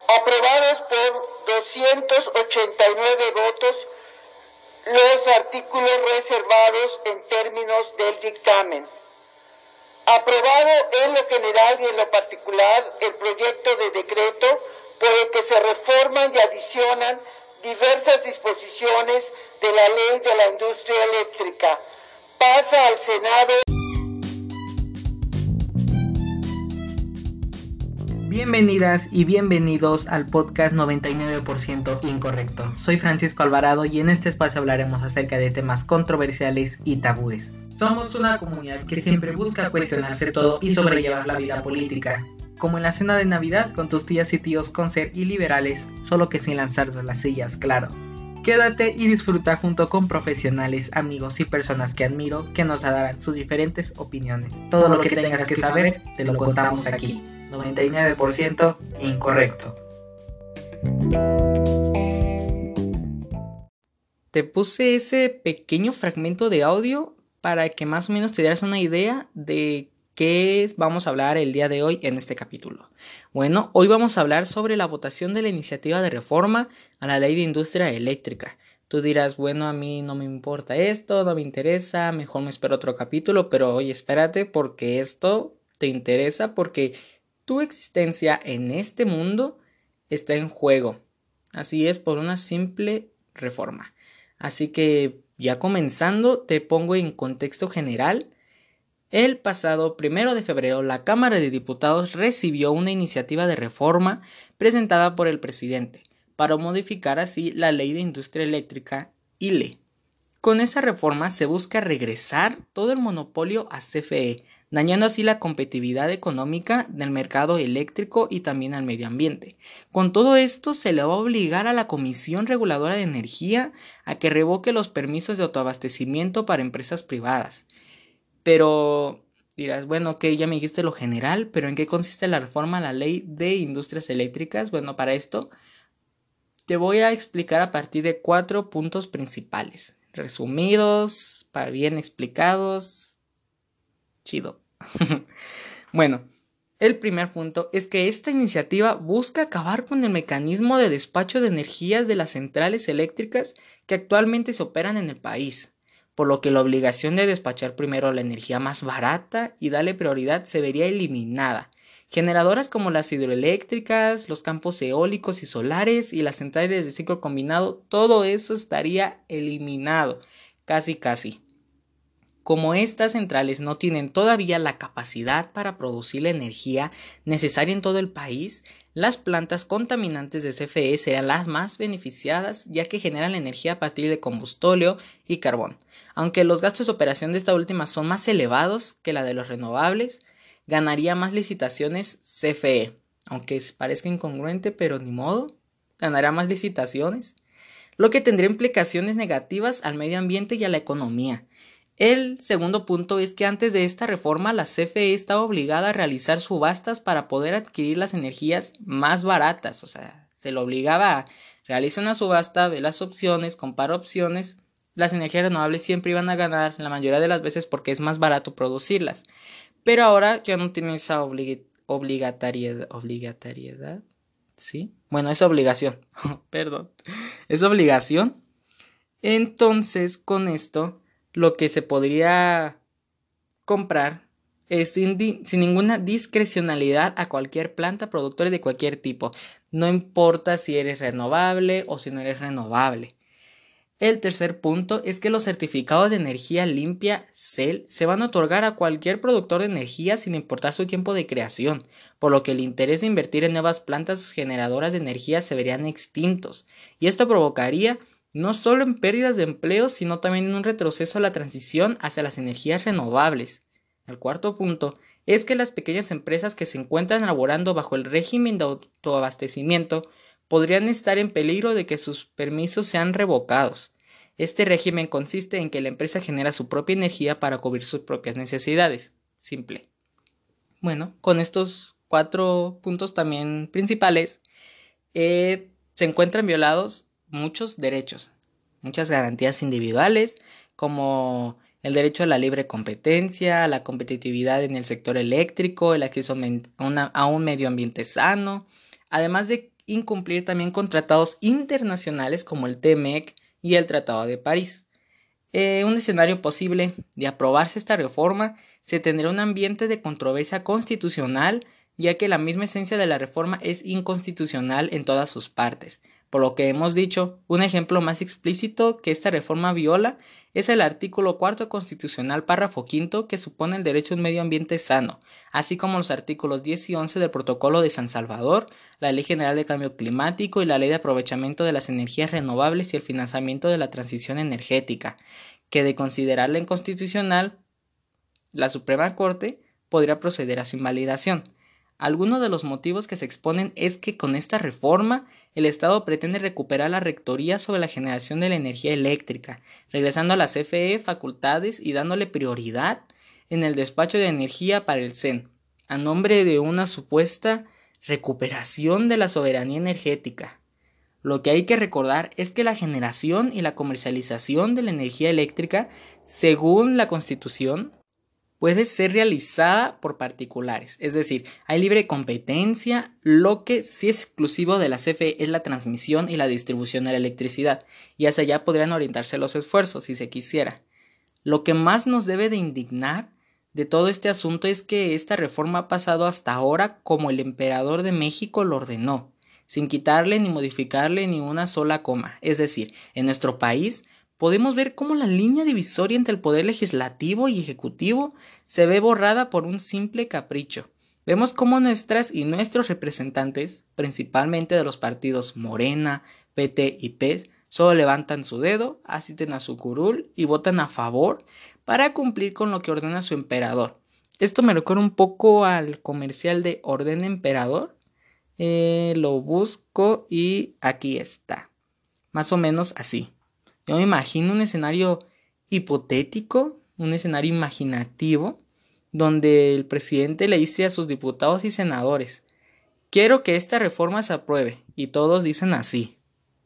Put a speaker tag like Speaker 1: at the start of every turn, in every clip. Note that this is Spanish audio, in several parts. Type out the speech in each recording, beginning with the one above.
Speaker 1: Aprobados por 289 votos los artículos reservados en términos del dictamen. Aprobado en lo general y en lo particular el proyecto de decreto por el que se reforman y adicionan diversas disposiciones de la Ley de la Industria Eléctrica. Pasa al Senado.
Speaker 2: Bienvenidas y bienvenidos al podcast 99% Incorrecto. Soy Francisco Alvarado y en este espacio hablaremos acerca de temas controversiales y tabúes. Somos una comunidad que siempre busca cuestionarse todo y sobrellevar la vida política. Como en la cena de Navidad con tus tías y tíos conser y liberales, solo que sin lanzarse las sillas, claro. Quédate y disfruta junto con profesionales, amigos y personas que admiro que nos darán sus diferentes opiniones. Todo lo que tengas que saber te lo contamos aquí. 99% Incorrecto. Te puse ese pequeño fragmento de audio para que más o menos te dieras una idea de qué vamos a hablar el día de hoy en este capítulo. Bueno, hoy vamos a hablar sobre la votación de la iniciativa de reforma a la Ley de Industria Eléctrica. Tú dirás, bueno, a mí no me importa esto, no me interesa, mejor me espero otro capítulo, pero oye, espérate porque esto te interesa porque tu existencia en este mundo está en juego. Así es, por una simple reforma. Así que ya comenzando, te pongo en contexto general. El pasado 1 de febrero, la Cámara de Diputados recibió una iniciativa de reforma presentada por el presidente para modificar así la Ley de Industria Eléctrica ILE. Con esa reforma se busca regresar todo el monopolio a CFE, dañando así la competitividad económica del mercado eléctrico y también al medio ambiente. Con todo esto se le va a obligar a la Comisión Reguladora de Energía a que revoque los permisos de autoabastecimiento para empresas privadas. Pero dirás, bueno, ok, ya me dijiste lo general, pero ¿en qué consiste la reforma a la Ley de Industrias Eléctricas? Bueno, para esto te voy a explicar a partir de 4 puntos principales, resumidos, para bien explicados, chido. Bueno, el primer punto es que esta iniciativa busca acabar con el mecanismo de despacho de energías de las centrales eléctricas que actualmente se operan en el país, por lo que la obligación de despachar primero la energía más barata y darle prioridad se vería eliminada. Generadoras como las hidroeléctricas, los campos eólicos y solares y las centrales de ciclo combinado, todo eso estaría eliminado, casi. Como estas centrales no tienen todavía la capacidad para producir la energía necesaria en todo el país, las plantas contaminantes de CFE serán las más beneficiadas ya que generan la energía a partir de combustóleo y carbón. Aunque los gastos de operación de esta última son más elevados que la de los renovables, ganaría más licitaciones CFE. Aunque parezca incongruente, pero ni modo, ganará más licitaciones, lo que tendría implicaciones negativas al medio ambiente y a la economía. El segundo punto es que antes de esta reforma la CFE estaba obligada a realizar subastas para poder adquirir las energías más baratas, o sea, se lo obligaba a realizar una subasta, ver las opciones, compara opciones. Las energías renovables siempre iban a ganar la mayoría de las veces porque es más barato producirlas, pero ahora ya no tiene esa obligatoriedad, ¿sí? Bueno, es obligación, perdón, es obligación. Entonces, con esto lo que se podría comprar es sin ninguna discrecionalidad a cualquier planta productora de cualquier tipo. No importa si eres renovable o si no eres renovable. El tercer punto es que los certificados de energía limpia CEL se van a otorgar a cualquier productor de energía sin importar su tiempo de creación, por lo que el interés de invertir en nuevas plantas generadoras de energía se verían extintos, y esto provocaría no solo en pérdidas de empleo, sino también en un retroceso a la transición hacia las energías renovables. El cuarto punto es que las pequeñas empresas que se encuentran laborando bajo el régimen de autoabastecimiento podrían estar en peligro de que sus permisos sean revocados. Este régimen consiste en que la empresa genera su propia energía para cubrir sus propias necesidades. Simple. Bueno, con estos 4 puntos también principales, se encuentran violados muchos derechos, muchas garantías individuales, como el derecho a la libre competencia, la competitividad en el sector eléctrico, el acceso a un medio ambiente sano, además de incumplir también con tratados internacionales como el TMEC y el Tratado de París. Un escenario posible de aprobarse esta reforma se tendrá un ambiente de controversia constitucional, ya que la misma esencia de la reforma es inconstitucional en todas sus partes. Por lo que hemos dicho, un ejemplo más explícito que esta reforma viola es el artículo 4 constitucional párrafo 5, que supone el derecho a un medio ambiente sano, así como los artículos 10 y 11 del Protocolo de San Salvador, la Ley General de Cambio Climático y la Ley de Aprovechamiento de las Energías Renovables y el Financiamiento de la Transición Energética, que de considerarla inconstitucional, la Suprema Corte podría proceder a su invalidación. Algunos de los motivos que se exponen es que con esta reforma el Estado pretende recuperar la rectoría sobre la generación de la energía eléctrica, regresando a la CFE facultades y dándole prioridad en el despacho de energía para el CEN, a nombre de una supuesta recuperación de la soberanía energética. Lo que hay que recordar es que la generación y la comercialización de la energía eléctrica, según la Constitución, puede ser realizada por particulares, es decir, hay libre competencia. Lo que sí es exclusivo de la CFE es la transmisión y la distribución de la electricidad, y hacia allá podrían orientarse los esfuerzos si se quisiera. Lo que más nos debe de indignar de todo este asunto es que esta reforma ha pasado hasta ahora como el emperador de México lo ordenó, sin quitarle ni modificarle ni una sola coma. Es decir, en nuestro país podemos ver cómo la línea divisoria entre el poder legislativo y ejecutivo se ve borrada por un simple capricho. Vemos cómo nuestras y nuestros representantes, principalmente de los partidos Morena, PT y PES, solo levantan su dedo, asisten a su curul y votan a favor para cumplir con lo que ordena su emperador. Esto me recuerda un poco al comercial de Orden Emperador. Lo busco y aquí está. Más o menos así. Yo me imagino un escenario hipotético, un escenario imaginativo, donde el presidente le dice a sus diputados y senadores: quiero que esta reforma se apruebe, y todos dicen así.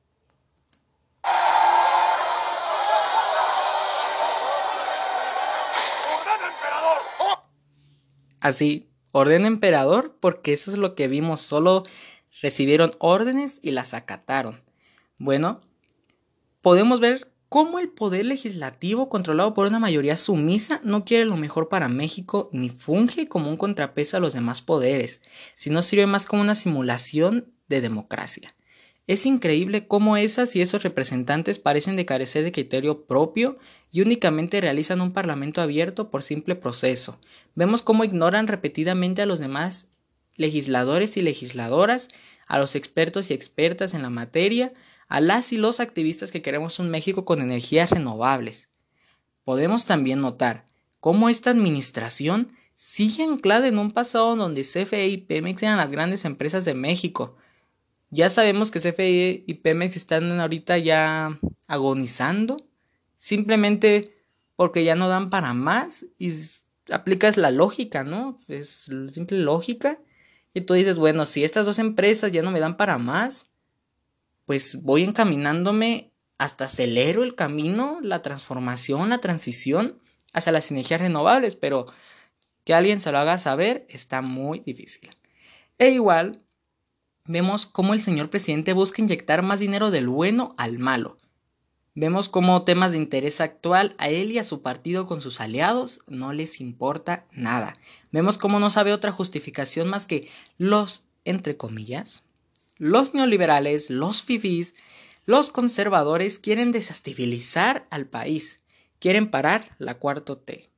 Speaker 2: ¡Orden emperador! Así, orden emperador, porque eso es lo que vimos, solo recibieron órdenes y las acataron. Bueno, podemos ver cómo el poder legislativo, controlado por una mayoría sumisa, no quiere lo mejor para México ni funge como un contrapeso a los demás poderes, sino sirve más como una simulación de democracia. Es increíble cómo esas y esos representantes parecen de carecer de criterio propio y únicamente realizan un parlamento abierto por simple proceso. Vemos cómo ignoran repetidamente a los demás legisladores y legisladoras, a los expertos y expertas en la materia, a las y los activistas que queremos un México con energías renovables. Podemos también notar cómo esta administración sigue anclada en un pasado donde CFE y Pemex eran las grandes empresas de México. Ya sabemos que CFE y Pemex están ahorita ya agonizando, simplemente porque ya no dan para más, y aplicas la lógica, ¿no? Es simple lógica, y tú dices, bueno, si estas dos empresas ya no me dan para más, pues voy encaminándome, hasta acelero el camino, la transformación, la transición hacia las energías renovables, pero que alguien se lo haga saber está muy difícil. E igual, vemos cómo el señor presidente busca inyectar más dinero del bueno al malo. Vemos cómo temas de interés actual a él y a su partido con sus aliados no les importa nada. Vemos cómo no sabe otra justificación más que los, entre comillas, los neoliberales, los fifís, los conservadores quieren desestabilizar al país. Quieren parar la cuarta T.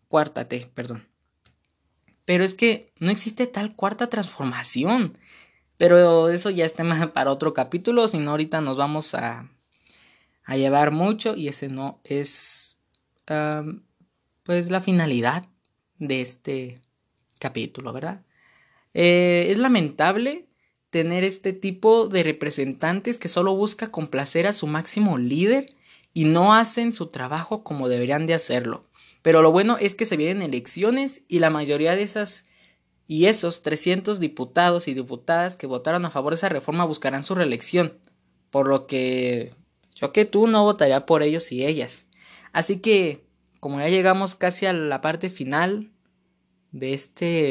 Speaker 2: Pero es que no existe tal cuarta transformación. Pero eso ya es tema para otro capítulo, si no ahorita nos vamos a llevar mucho, y ese no es pues la finalidad de este capítulo, ¿verdad? Es lamentable tener este tipo de representantes que solo busca complacer a su máximo líder y no hacen su trabajo como deberían de hacerlo. Pero lo bueno es que se vienen elecciones y la mayoría de esas y esos 300 diputados y diputadas que votaron a favor de esa reforma buscarán su reelección, por lo que yo que tú no votaría por ellos y ellas. Así que, como ya llegamos casi a la parte final de este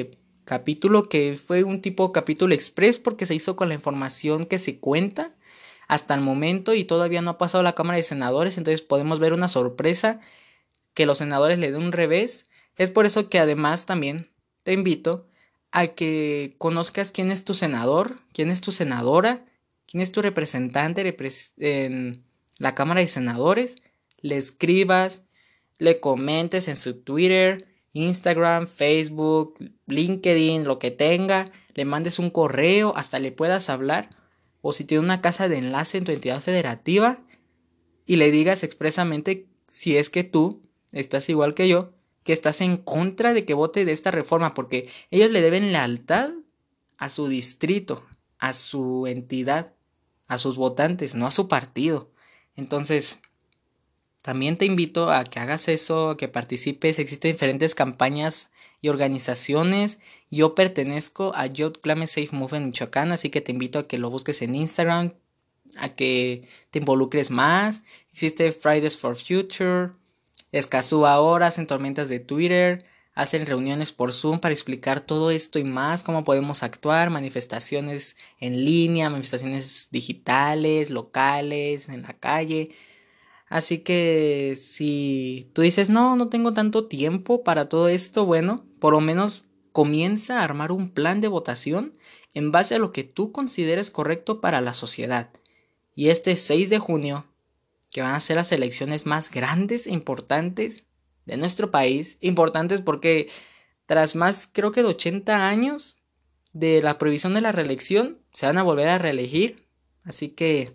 Speaker 2: capítulo que fue un tipo capítulo express porque se hizo con la información que se cuenta hasta el momento y todavía no ha pasado a la Cámara de Senadores, entonces podemos ver una sorpresa que los senadores le den un revés. Es por eso que además también te invito a que conozcas quién es tu senador, quién es tu senadora, quién es tu representante en la Cámara de Senadores, le escribas, le comentes en su Twitter, Instagram, Facebook, LinkedIn, lo que tenga, le mandes un correo, hasta le puedas hablar, o si tiene una casa de enlace en tu entidad federativa, y le digas expresamente si es que tú estás igual que yo, que estás en contra de que vote de esta reforma, porque ellos le deben lealtad a su distrito, a su entidad, a sus votantes, no a su partido. Entonces, también te invito a que hagas eso, a que participes. Existen diferentes campañas y organizaciones. Yo pertenezco a Yo Clame Safe Move en Michoacán, así que te invito a que lo busques en Instagram, a que te involucres más. Existe Fridays for Future, Escazú ahora, hacen tormentas de Twitter, hacen reuniones por Zoom para explicar todo esto y más, cómo podemos actuar, manifestaciones en línea, manifestaciones digitales, locales, en la calle. Así que si tú dices, no tengo tanto tiempo para todo esto, bueno, por lo menos comienza a armar un plan de votación en base a lo que tú consideres correcto para la sociedad. Y este 6 de junio, que van a ser las elecciones más grandes e importantes de nuestro país, importantes porque tras más creo que de 80 años de la prohibición de la reelección, se van a volver a reelegir. Así que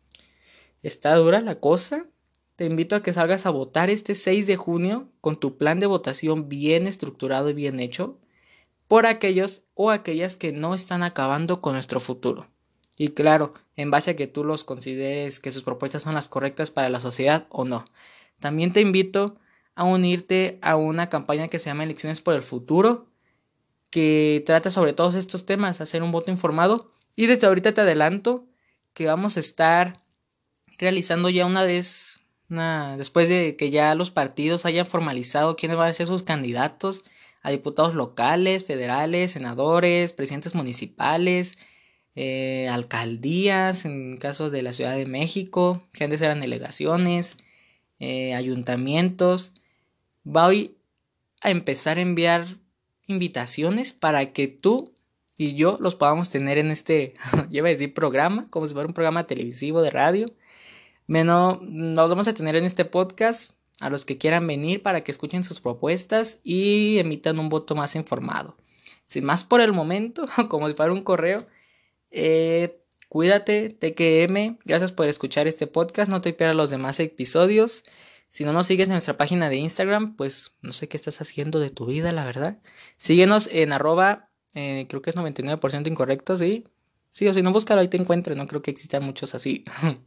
Speaker 2: está dura la cosa. Te invito a que salgas a votar este 6 de junio con tu plan de votación bien estructurado y bien hecho por aquellos o aquellas que no están acabando con nuestro futuro. Y claro, en base a que tú los consideres que sus propuestas son las correctas para la sociedad o no. También te invito a unirte a una campaña que se llama Elecciones por el Futuro, que trata sobre todos estos temas, hacer un voto informado. Y desde ahorita te adelanto que vamos a estar realizando ya después de que ya los partidos hayan formalizado quiénes van a ser sus candidatos a diputados locales, federales, senadores, presidentes municipales, alcaldías, en casos de la Ciudad de México, que antes eran delegaciones, ayuntamientos. Voy a empezar a enviar invitaciones para que tú y yo los podamos tener en este, iba a decir programa, como si fuera un programa televisivo de radio. Nos vamos a tener en este podcast a los que quieran venir para que escuchen sus propuestas y emitan un voto más informado. Sin más por el momento, como si fuera un correo, cuídate, TQM, gracias por escuchar este podcast, no te pierdas los demás episodios. Si no nos sigues en nuestra página de Instagram, pues no sé qué estás haciendo de tu vida, la verdad. Síguenos en @ creo que es 99% incorrecto, ¿sí? Sí, o si no, búscalo, ahí te encuentras, no creo que existan muchos así.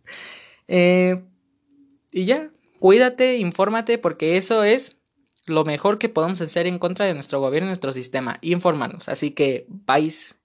Speaker 2: Y ya, cuídate, infórmate, porque eso es lo mejor que podemos hacer en contra de nuestro gobierno y nuestro sistema, informarnos. Así que, bye.